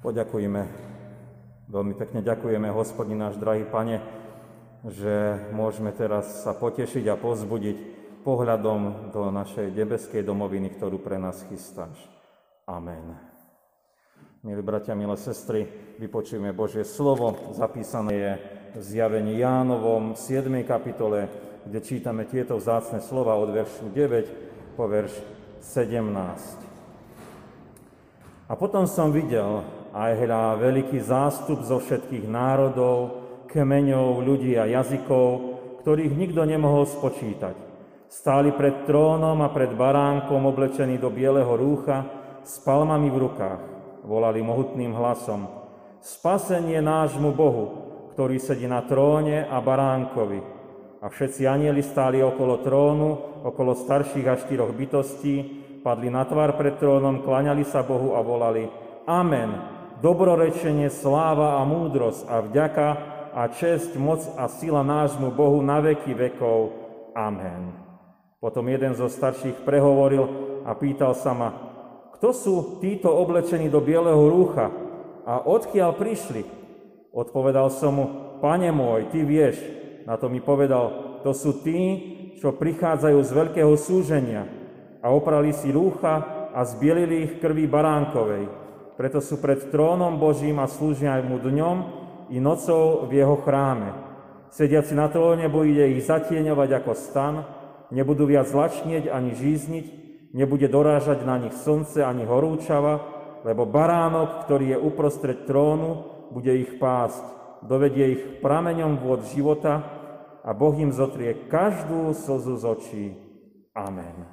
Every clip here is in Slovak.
Poďakujeme, veľmi pekne ďakujeme, Hospodin náš drahý Pane, že môžeme teraz sa potešiť a povzbudiť pohľadom do našej nebeskej domoviny, ktorú pre nás chystáš. Amen. Milí bratia, milé sestry, vypočujeme Božie slovo, zapísané je v Zjavení Jánovom v 7. kapitole, kde čítame tieto vzácne slova od veršu 9 po verš 17. A potom som videl aj hľa veľký zástup zo všetkých národov, kmeňov, ľudí a jazykov, ktorých nikto nemohol spočítať. Stáli pred trónom a pred baránkom oblečení do bieleho rúcha s palmami v rukách. Volali mohutným hlasom: Spasenie nášmu Bohu, ktorý sedí na tróne, a baránkovi. A všetci anjeli stáli okolo trónu, okolo starších a 4 bytostí, padli na tvár pred trónom, kláňali sa Bohu a volali: Amen. Dobrorečenie, sláva a múdrosť a vďaka a česť, moc a sila nášmu Bohu na veky vekov. Amen. Potom jeden zo starších prehovoril a pýtal sa ma: Kto sú títo oblečení do bieleho rúcha a odkiaľ prišli? Odpovedal som mu: Pane môj, ty vieš. Na to mi povedal: To sú tí, čo prichádzajú z veľkého súženia a oprali si rúcha a zbielili ich krví baránkovej. Preto sú pred trónom Božím a slúžia mu dňom i nocou v jeho chráme. Sediaci na tróne bude ich zatieňovať ako stan, nebudú viac lačnieť ani žízniť, nebude dorážať na nich slnce ani horúčava, lebo baránok, ktorý je uprostred trónu, bude ich pásť, dovedie ich prameňom vôd života a Boh im zotrie každú slzu z očí. Amen.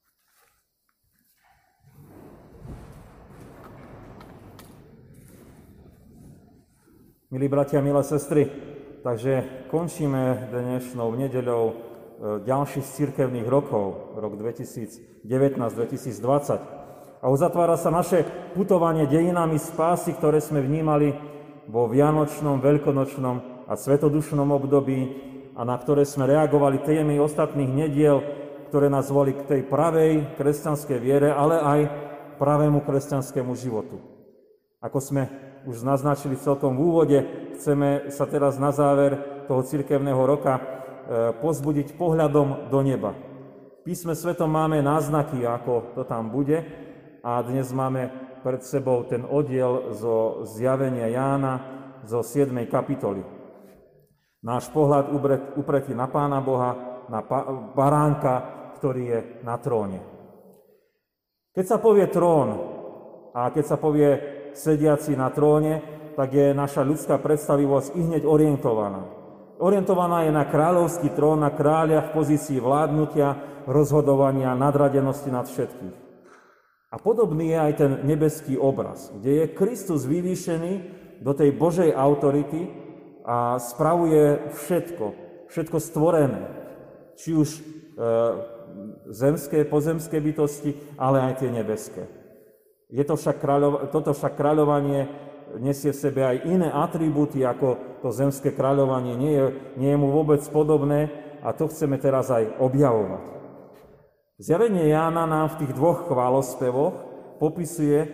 Milí bratia, milé sestry, takže končíme dnešnou nedeľou ďalších cirkevných rokov, rok 2019-2020. A uzatvára sa naše putovanie dejinami spásy, ktoré sme vnímali vo vianočnom, veľkonočnom a svetodušnom období a na ktoré sme reagovali témy ostatných nediel, ktoré nás volí k tej pravej kresťanskej viere, ale aj pravému kresťanskému životu. Ako sme už naznačili celkom v úvode, chceme sa teraz na záver toho cirkevného roka povzbudiť pohľadom do neba. V písme svetom máme náznaky, ako to tam bude, a dnes máme pred sebou ten oddiel zo Zjavenia Jána zo 7. kapitoly. Náš pohľad upretý na Pána Boha, na baránka, ktorý je na tróne. Keď sa povie trón a keď sa povie sediaci na tróne, tak je naša ľudská predstavivosť ihneď orientovaná. Orientovaná je na kráľovský trón, na kráľa v pozícii vládnutia, rozhodovania, nadradenosti nad všetkých. A podobný je aj ten nebeský obraz, kde je Kristus vyvýšený do tej Božej autority a spravuje všetko stvorené, či už zemské, pozemské bytosti, ale aj tie nebeské. Toto však kráľovanie nesie v sebe aj iné atribúty, ako to zemské kráľovanie nie je mu vôbec podobné, a to chceme teraz aj objavovať. Zjavenie Jána nám v tých dvoch chválospevoch popisuje,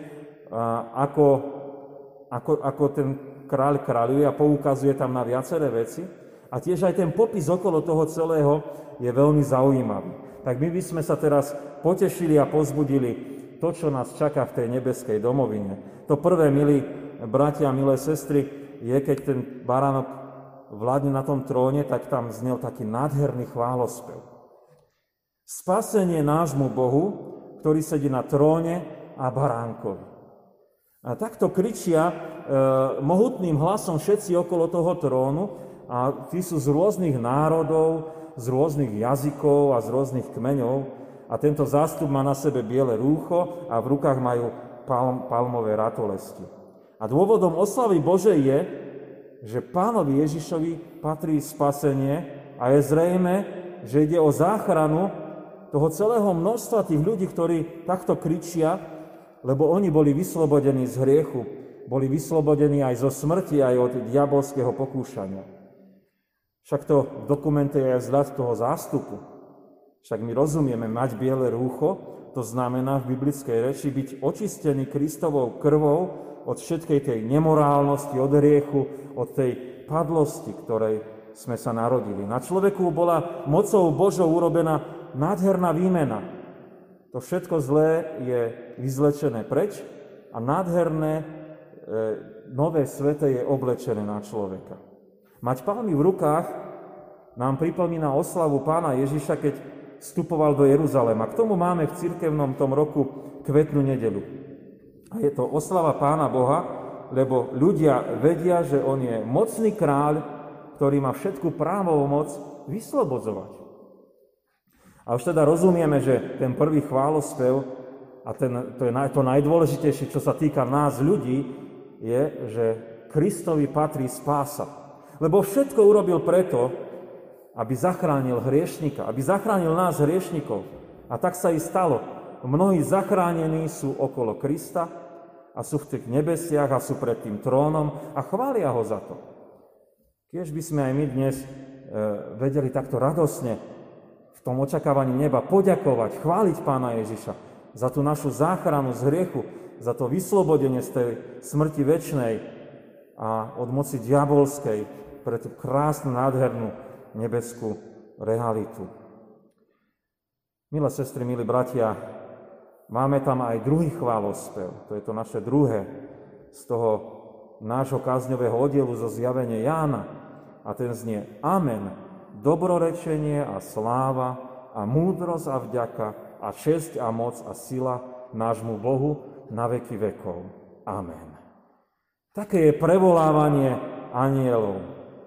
ako ten kráľ kráľuje a poukazuje tam na viaceré veci, a tiež aj ten popis okolo toho celého je veľmi zaujímavý. Tak my by sme sa teraz potešili a povzbudili to, čo nás čaká v tej nebeskej domovine. To prvé, milí bratia a milé sestry, je, keď ten baránok vládne na tom tróne, tak tam znel taký nádherný chválospev. Spasenie nášmu Bohu, ktorý sedí na tróne, a baránkovi. A takto kričia mohutným hlasom všetci okolo toho trónu, a tí sú z rôznych národov, z rôznych jazykov a z rôznych kmeňov. A tento zástup má na sebe biele rúcho a v rukách majú palmové ratolesti. A dôvodom oslavy Božej je, že Pánovi Ježišovi patrí spasenie a je zrejme, že ide o záchranu toho celého množstva tých ľudí, ktorí takto kričia, lebo oni boli vyslobodení z hriechu, boli vyslobodení aj zo smrti, aj od diabolského pokúšania. Však to v dokumente je aj vzhľad toho zástupu. Však my rozumieme mať biele rúcho, to znamená v biblickej reči byť očistený Kristovou krvou od všetkej tej nemorálnosti, od hriechu, od tej padlosti, ktorej sme sa narodili. Na človeku bola mocou Božou urobená nádherná výmena. To všetko zlé je vyzlečené preč a nádherné nové svete je oblečené na človeka. Mať palmy v rukách nám pripomína oslavu Pána Ježiša, keď vstupoval do Jeruzalema. K tomu máme v cirkevnom tom roku kvetnú nedeľu. A je to oslava Pána Boha, lebo ľudia vedia, že on je mocný kráľ, ktorý má všetku právomoc vyslobodzovať. A už teda rozumieme, že ten prvý chválospev, a to je to najdôležitejšie, čo sa týka nás ľudí, je, že Kristovi patrí spása. Lebo všetko urobil preto, aby zachránil hriešnika, aby zachránil nás hriešnikov. A tak sa i stalo. Mnohí zachránení sú okolo Krista a sú v tých nebesiach a sú pred tým trónom a chvália ho za to. Kiež by sme aj my dnes vedeli takto radosne v tom očakávaní neba poďakovať, chváliť Pána Ježiša za tú našu záchranu z hriechu, za to vyslobodenie z tej smrti večnej a od moci diabolskej pre tú krásnu, nádhernú nebeskú realitu. Milé sestry, milí bratia, máme tam aj druhý chválospev, to je to naše druhé z toho nášho kázňového oddielu zo zjavenia Jána a ten znie Amen, dobrorečenie a sláva a múdrosť a vďaka a česť a moc a sila nášmu Bohu na veky vekov. Amen. Také je prevolávanie anjelov,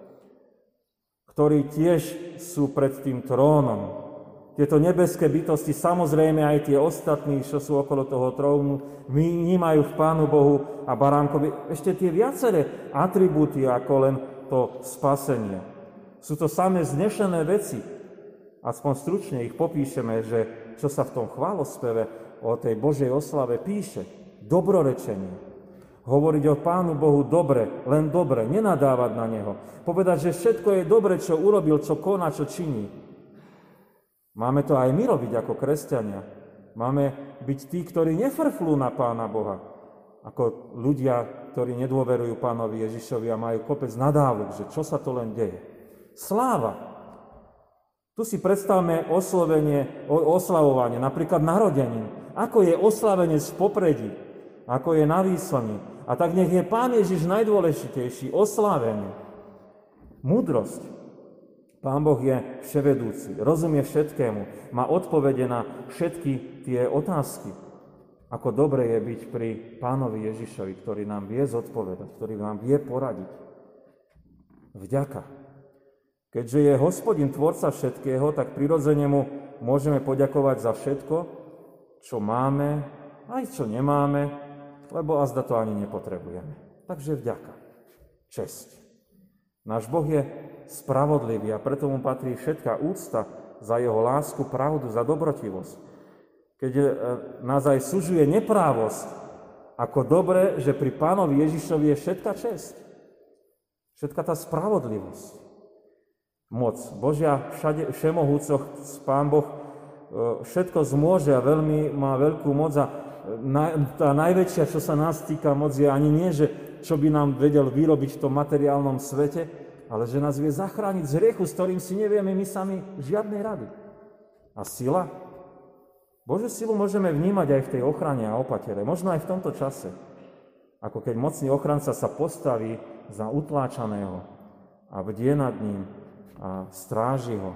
ktorí tiež sú pred tým trónom. Tieto nebeské bytosti, samozrejme aj tie ostatní, čo sú okolo toho trónu, vnímajú v Pánu Bohu a Baránkovi ešte tie viaceré atribúty ako len to spasenie. Sú to samé znešené veci. Aspoň stručne ich popíšeme, že čo sa v tom chválospeve o tej Božej oslave píše. Dobrorečenie. Hovoriť o Pánu Bohu dobre, len dobre, nenadávať na Neho. Povedať, že všetko je dobre, čo urobil, čo koná, čo činí. Máme to aj my robiť ako kresťania. Máme byť tí, ktorí nefrflú na Pána Boha. Ako ľudia, ktorí nedôverujú Pánovi Ježišovi a majú kopec nadávok, že čo sa to len deje. Sláva. Tu si predstavme oslavovanie, napríklad narodenín. Ako je oslavenec v popredí, ako je na výslni. A tak nech je Pán Ježiš najdôležitejší, oslávený. Múdrosť. Pán Boh je vševedúci, rozumie všetkému, má odpovede na všetky tie otázky. Ako dobre je byť pri Pánovi Ježišovi, ktorý nám vie zodpovedať, ktorý nám vie poradiť. Vďaka. Keďže je Hospodin tvorca všetkého, tak prirodzene mu môžeme poďakovať za všetko, čo máme, aj čo nemáme, lebo azda to ani nepotrebujeme. Takže vďaka. Česť. Náš Boh je spravodlivý a preto mu patrí všetká úcta za jeho lásku, pravdu, za dobrotivosť. Keď nás aj sužuje neprávosť, ako dobre, že pri Pánovi Ježišovi je všetká česť. Všetká tá spravodlivosť. Moc. Božia všemohúcoch, Pán Boh všetko zmôže a má veľkú moc a tá najväčšia, čo sa nás týka moc, je ani nie, že čo by nám vedel vyrobiť v tom materiálnom svete, ale že nás vie zachrániť z hriechu, s ktorým si nevieme my sami žiadnej rady. A sila? Božiu silu môžeme vnímať aj v tej ochrane a opatere, možno aj v tomto čase. Ako keď mocný ochranca sa postaví za utláčaného a bdie nad ním a stráži ho.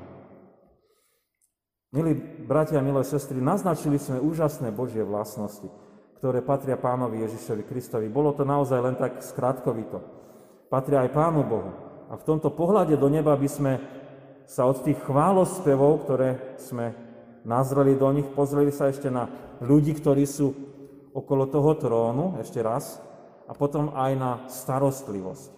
Milí bratia a milé sestry, naznačili sme úžasné Božie vlastnosti, ktoré patria Pánovi Ježišovi Kristovi. Bolo to naozaj len tak skratkovito. Patria aj Pánu Bohu. A v tomto pohľade do neba by sme sa od tých chválospevov, ktoré sme nazreli do nich, pozreli sa ešte na ľudí, ktorí sú okolo toho trónu, ešte raz, a potom aj na starostlivosť.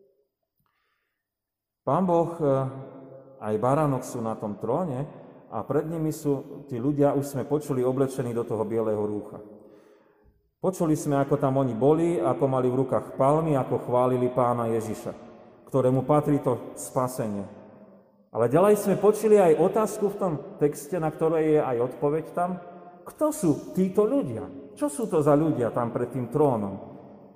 Pán Boh aj Baránok sú na tom tróne, a pred nimi sú tí ľudia, už sme počuli, oblečení do toho bieleho rúcha. Počuli sme, ako tam oni boli, ako mali v rukách palmy, ako chválili Pána Ježiša, ktorému patrí to spasenie. Ale ďalej sme počuli aj otázku v tom texte, na ktorej je aj odpoveď tam. Kto sú títo ľudia? Čo sú to za ľudia tam pred tým trónom?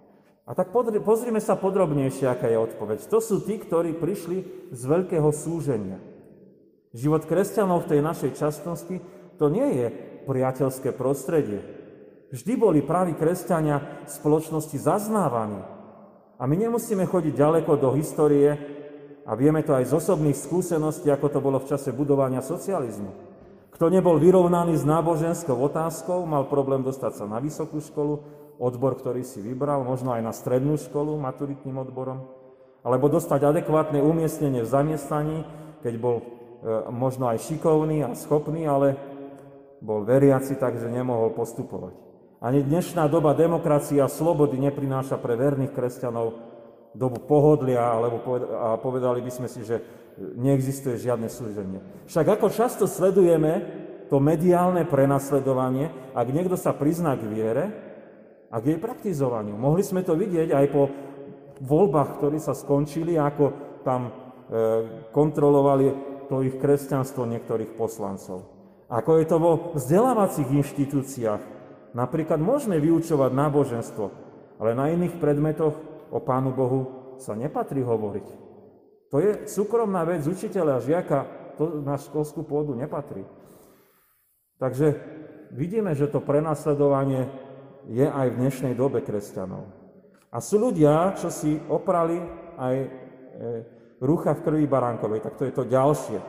A tak pozrime sa podrobnejšie, aká je odpoveď. To sú tí, ktorí prišli z veľkého súženia. Život kresťanov v tej našej časnosti to nie je priateľské prostredie. Vždy boli praví kresťania v spoločnosti zaznávaní. A my nemusíme chodiť ďaleko do histórie a vieme to aj z osobných skúseností, ako to bolo v čase budovania socializmu. Kto nebol vyrovnaný s náboženskou otázkou, mal problém dostať sa na vysokú školu, odbor, ktorý si vybral, možno aj na strednú školu maturitným odborom, alebo dostať adekvátne umiestnenie v zamestnaní, keď bol možno aj šikovný a schopný, ale bol veriaci, takže nemohol postupovať. Ani dnešná doba demokracie a slobody neprináša pre verných kresťanov dobu pohodlia, alebo povedali by sme si, že neexistuje žiadne súženie. Však ako často sledujeme to mediálne prenasledovanie, ak niekto sa prizná k viere a k jej praktizovaniu. Mohli sme to vidieť aj po voľbách, ktoré sa skončili, ako tam kontrolovali to ich kresťanstvo niektorých poslancov. Ako je to vo vzdelávacích inštitúciách. Napríklad môžeme vyučovať náboženstvo, ale na iných predmetoch o Pánu Bohu sa nepatrí hovoriť. To je súkromná vec učiteľa a žiaka, to na školskú pôdu nepatrí. Takže vidíme, že to prenasledovanie je aj v dnešnej dobe kresťanov. A sú ľudia, čo si oprali aj rucha v krvi baránkovej, tak to je to ďalšie.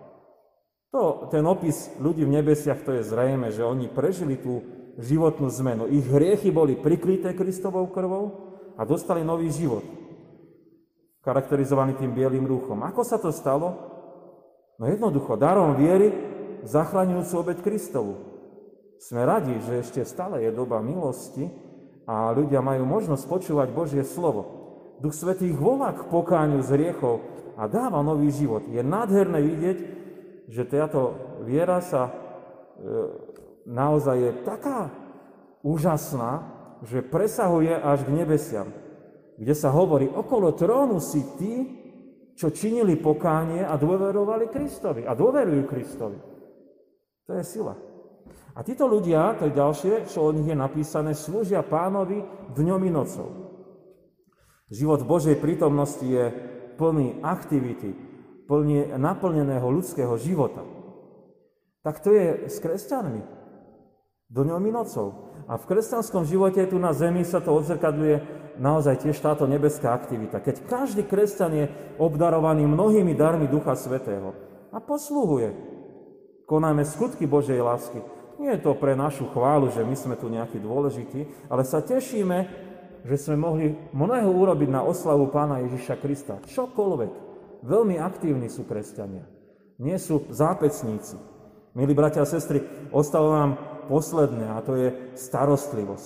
Ten opis ľudí v nebesiach, to je zrejme, že oni prežili tú životnú zmenu. Ich hriechy boli prikryté Kristovou krvou a dostali nový život, charakterizovaný tým bielým rúchom. Ako sa to stalo? No jednoducho, darom viery zachraňujúcu obeť Kristovu. Sme radi, že ešte stále je doba milosti a ľudia majú možnosť počúvať Božie slovo. Duch Svätý ich volá k pokániu z hriechov a dáva nový život. Je nádherné vidieť, že táto viera sa naozaj je taká úžasná, že presahuje až k nebesiam, kde sa hovorí, okolo trónu si tí, čo činili pokánie a dôverovali Kristovi a dôverujú Kristovi. To je sila. A títo ľudia, to je ďalšie, čo o nich je napísané, slúžia Pánovi dňom i nocou. Život v Božej prítomnosti je plný aktivity, plný naplneného ľudského života. Tak to je s kresťanmi. Dňom i nocou. A v kresťanskom živote tu na zemi sa to odzrkadľuje naozaj tiež táto nebeská aktivita. Keď každý kresťan je obdarovaný mnohými darmi Ducha Svätého a posluhuje, konáme skutky Božej lásky. Nie je to pre našu chválu, že my sme tu nejakí dôležití, ale sa tešíme, že sme mohli mnoho urobiť na oslavu Pána Ježiša Krista. Čokoľvek. Veľmi aktívni sú kresťania. Nie sú zápecníci. Milí bratia a sestry, ostalo nám posledné a to je starostlivosť.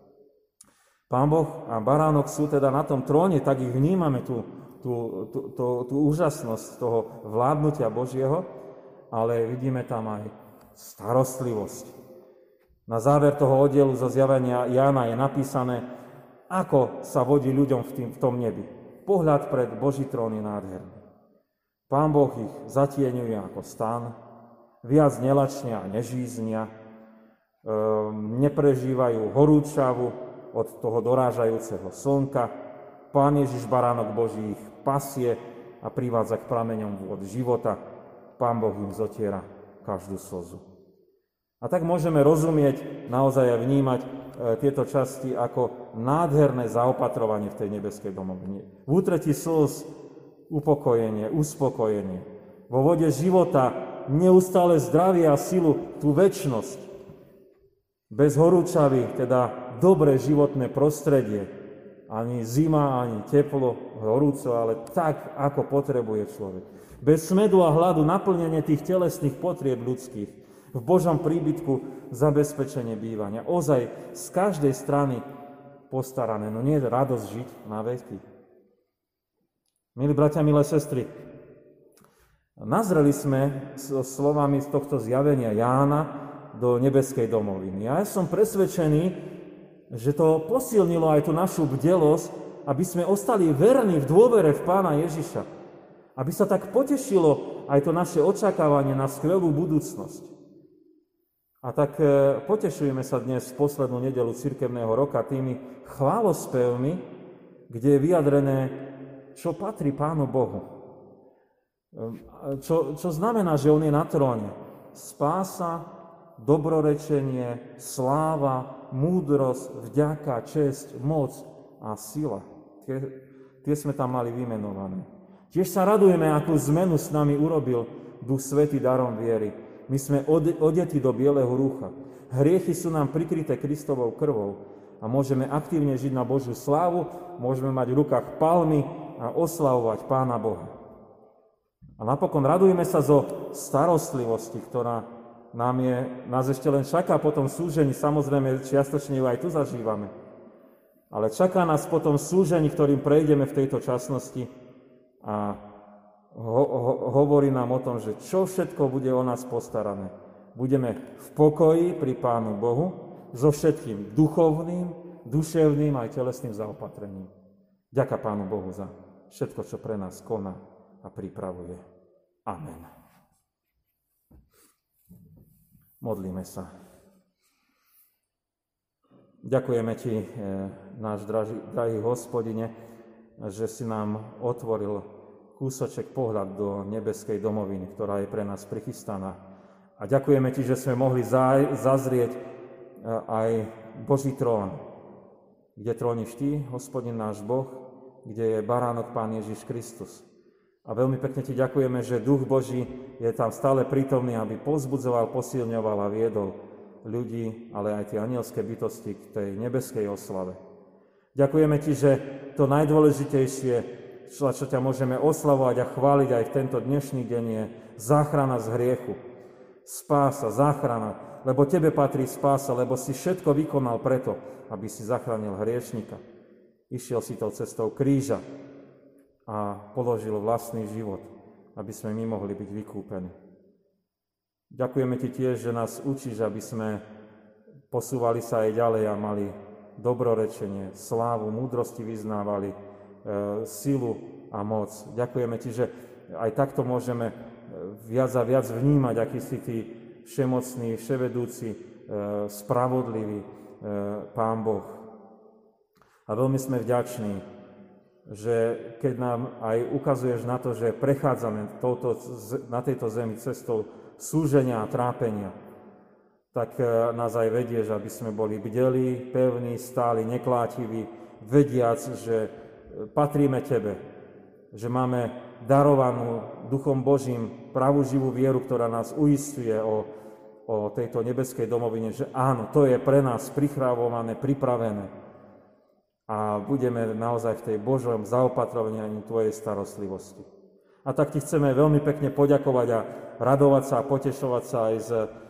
Pán Boh a baránok sú teda na tom tróne, tak ich vnímame tú úžasnosť toho vládnutia Božieho, ale vidíme tam aj starostlivosť. Na záver toho oddielu zo zjavenia Jána je napísané, ako sa vodí ľuďom v tom nebi. Pohľad pred Boží trón je nádherný. Pán Boh ich zatieňuje ako stan, viac nelačnia a nežíznia, neprežívajú horúčavu od toho dorážajúceho slnka. Pán Ježiš, baránok Boží, ich pasie a privádza k prameňom vôd života. Pán Boh im zotiera každú slzu. A tak môžeme rozumieť naozaj a vnímať tieto časti ako nádherné zaopatrovanie v tej nebeskej domovine. V útretí slz upokojenie, uspokojenie. Vo vode života neustále zdravie a silu, tú večnosť. Bez horúčavy, teda dobré životné prostredie. Ani zima, ani teplo, horúco, ale tak, ako potrebuje človek. Bez smedu a hladu naplnenie tých telesných potrieb ľudských. V Božom príbytku zabezpečenie bývania. Ozaj z každej strany postarané. No nie je radosť žiť na veky. Milí bratia, milé sestry, nazreli sme so slovami z tohto zjavenia Jána do nebeskej domoviny. Ja som presvedčený, že to posilnilo aj tú našu bdelosť, aby sme ostali verní v dôvere v Pána Ježiša. Aby sa tak potešilo aj to naše očakávanie na skvelú budúcnosť. A tak potešujeme sa dnes v poslednú nedeľu cirkevného roka tými chválospevmi kde je vyjadrené, čo patrí Pánu Bohu. Čo znamená, že on je na tróne. Spása, dobrorečenie, sláva, múdrosť, vďaka, česť, moc a sila. Tie sme tam mali vymenované. Tiež sa radujeme, akú zmenu s nami urobil Duch Svätý darom viery. My sme odetí do bieleho rúcha. Hriechy sú nám prikryté Kristovou krvou a môžeme aktívne žiť na Božiu slávu, môžeme mať v rukách palmy a oslavovať Pána Boha. A napokon radujeme sa zo starostlivosti, ktorá nás ešte len čaká po tom súžení, samozrejme čiastočne ju aj tu zažívame. Ale čaká nás po tom súžení, ktorým prejdeme v tejto časnosti a hovorí nám o tom, že čo všetko bude o nás postarané. Budeme v pokoji pri Pánu Bohu so všetkým duchovným, duševným aj telesným zaopatrením. Ďaká Pánu Bohu za všetko, čo pre nás koná a pripravuje. Amen. Modlíme sa. Ďakujeme Ti, náš drahý Hospodine, že si nám otvoril kúsoček pohľad do nebeskej domoviny, ktorá je pre nás prichystaná. A ďakujeme Ti, že sme mohli zazrieť aj Boží trón, kde tróniš Ty, Hospodin náš Boh, kde je baránok Pán Ježiš Kristus. A veľmi pekne Ti ďakujeme, že Duch Boží je tam stále prítomný, aby povzbudzoval, posilňoval a viedol ľudí, ale aj tie anielské bytosti k tej nebeskej oslave. Ďakujeme Ti, že to najdôležitejšie, čo ťa môžeme oslavovať a chváliť aj v tento dnešný deň, je záchrana z hriechu. Spása, záchrana, lebo Tebe patrí spása, lebo si všetko vykonal preto, aby si zachránil hriešnika. Išiel si tou cestou kríža a položil vlastný život, aby sme my mohli byť vykúpení. Ďakujeme Ti tiež, že nás učíš, aby sme posúvali sa aj ďalej a mali dobrorečenie, slávu, múdrosti vyznávali, silu a moc. Ďakujeme Ti, že aj takto môžeme viac a viac vnímať, aký si Ty všemocný, vševedúci, spravodlivý Pán Boh. A veľmi sme vďační, že keď nám aj ukazuješ na to, že prechádzame na tejto zemi cestou súženia a trápenia, tak nás aj vedieš, aby sme boli bdelí, pevní, stáli, neklátiví, vediac, že patríme Tebe, že máme darovanú Duchom Božím pravú živú vieru, ktorá nás uisťuje o tejto nebeskej domovine, že áno, to je pre nás pripravované, pripravené a budeme naozaj v tej Božom zaopatrovaní Tvojej starostlivosti. A tak Ti chceme veľmi pekne poďakovať a radovať sa a potešovať sa aj s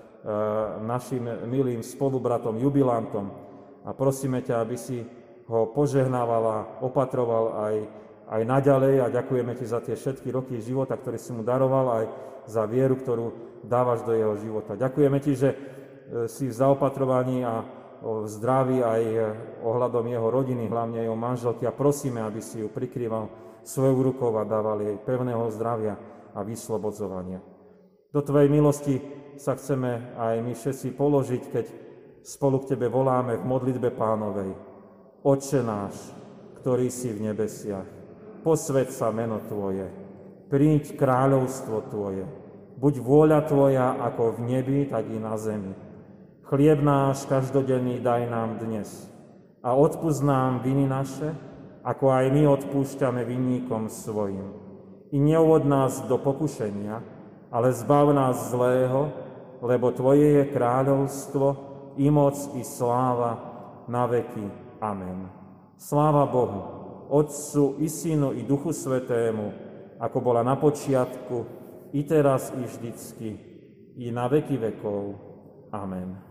našim milým spolubratom, jubilantom. A prosíme ťa, aby si ho požehnával a opatroval aj naďalej a ďakujeme Ti za tie všetky roky života, ktoré si mu daroval, aj za vieru, ktorú dávaš do jeho života. Ďakujeme Ti, že si v zaopatrovaní a v zdraví aj ohľadom jeho rodiny, hlavne jeho manželky a prosíme, aby si ju prikrýval svojou rukou a dával jej pevného zdravia a vyslobodzovania. Do Tvojej milosti sa chceme aj my všetci položiť, keď spolu k Tebe voláme v modlitbe Pánovej. Otče náš, ktorý si v nebesiach, posväť sa meno Tvoje, príď kráľovstvo Tvoje, buď vôľa Tvoja ako v nebi, tak i na zemi. Chlieb náš každodenný daj nám dnes a odpusť nám viny naše, ako aj my odpúšťame vinníkom svojim. I neuvod nás do pokušenia, ale zbav nás zlého, lebo Tvoje je kráľovstvo, i moc, i sláva na veky. Amen. Sláva Bohu, Otcu, i Synu, i Duchu Svätému, ako bola na počiatku, i teraz, i vždycky, i na veky vekov. Amen.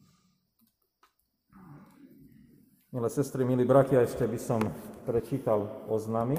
Milé sestry, milí bratia, ešte by som prečítal oznamy.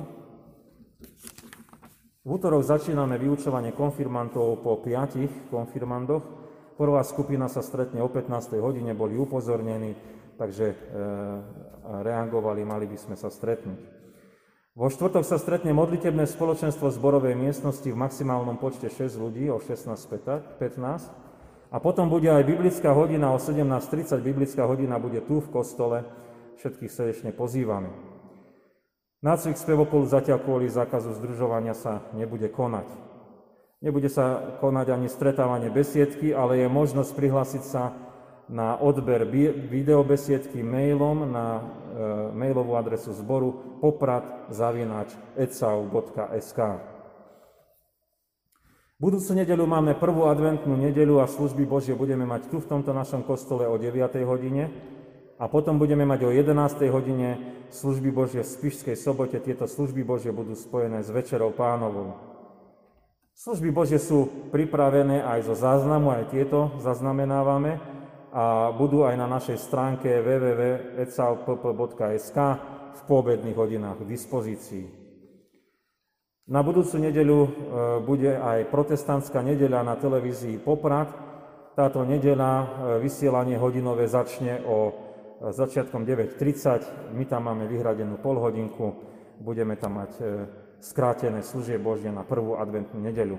V útorok začíname vyučovanie konfirmantov po 5 konfirmandoch. Prvá skupina sa stretne o 15. hodine, boli upozornení, takže reagovali, mali by sme sa stretnúť. Vo štvrtok sa stretne modlitebné spoločenstvo zborovej miestnosti v maximálnom počte 6 ľudí o 16:15 a potom bude aj biblická hodina o 17:30. Biblická hodina bude tu v kostole. Všetkých srdečne pozývame. Nácvik spevokolu zatiaľ kvôli zákazu združovania sa nebude konať. Nebude sa konať ani stretávanie besiedky, ale je možnosť prihlásiť sa na odber videobesiedky mailom na mailovú adresu zboru poprad@ecau.sk. Budúcu nedeľu máme prvú adventnú nedeľu a služby Božie budeme mať tu v tomto našom kostole o 9. hodine a potom budeme mať o 11. hodine služby Božie v Spišskej Sobote. Tieto služby Božie budú spojené s Večerou Pánovou. Služby Božie sú pripravené aj zo záznamu, aj tieto zaznamenávame a budú aj na našej stránke www.ecau.sk v poobedných hodinách k dispozícii. Na budúcu nedeľu bude aj protestantská nedeľa na televízii Poprad. Táto nedeľa vysielanie hodinové začne začiatkom 9:30. My tam máme vyhradenú polhodinku. Budeme tam mať skrátené služie Božie na prvú adventnú nedeľu.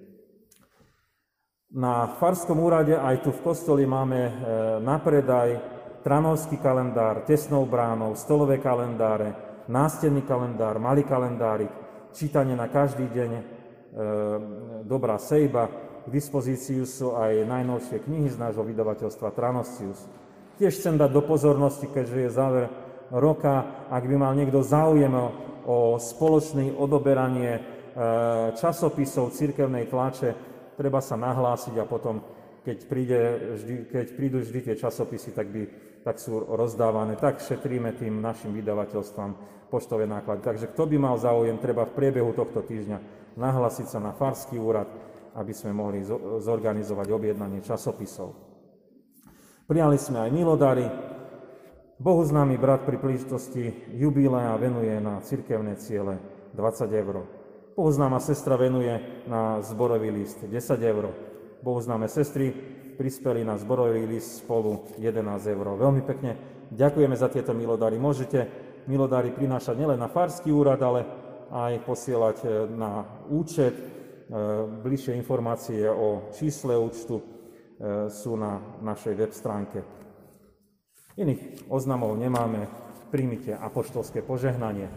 Na farskom úrade aj tu v kostoli máme na predaj tranovský kalendár, tesnou bránou, stolové kalendáre, nástenný kalendár, malý kalendárik, čítanie na každý deň, dobrá sejba. K dispozícii sú aj najnovšie knihy z nášho vydavateľstva Tranosius. Tiež chcem dať do pozornosti, keďže je záver roka, ak by mal niekto záujem o spoločné odoberanie časopisov cirkevnej tlače, treba sa nahlásiť a potom, keď prídu vždy tie časopisy, tak sú rozdávané. Tak šetríme tým našim vydavateľstvám poštové náklady. Takže kto by mal záujem, treba v priebehu tohto týždňa nahlásiť sa na farský úrad, aby sme mohli zorganizovať objednanie časopisov. Prijali sme aj milodary. Bohu známy brat pri príležitosti jubilea venuje na cirkevné ciele 20 €. Bohu známa sestra venuje na zborový list 10 €. Bohu známe sestry prispeli na zborový list spolu 11 €. Veľmi pekne ďakujeme za tieto milodary. Môžete milodary prinášať nielen na farský úrad, ale aj posielať na účet. Bližšie informácie o čísle účtu sú na našej web stránke. Iných oznamov nemáme. Príjmite apoštolské požehnanie.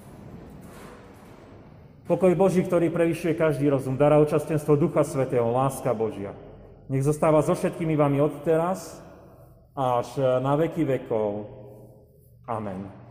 Pokoj Boží, ktorý prevyšuje každý rozum, dará očastenstvo Ducha Svätého, láska Božia. Nech zostáva so všetkými vami od teraz až na veky vekov. Amen.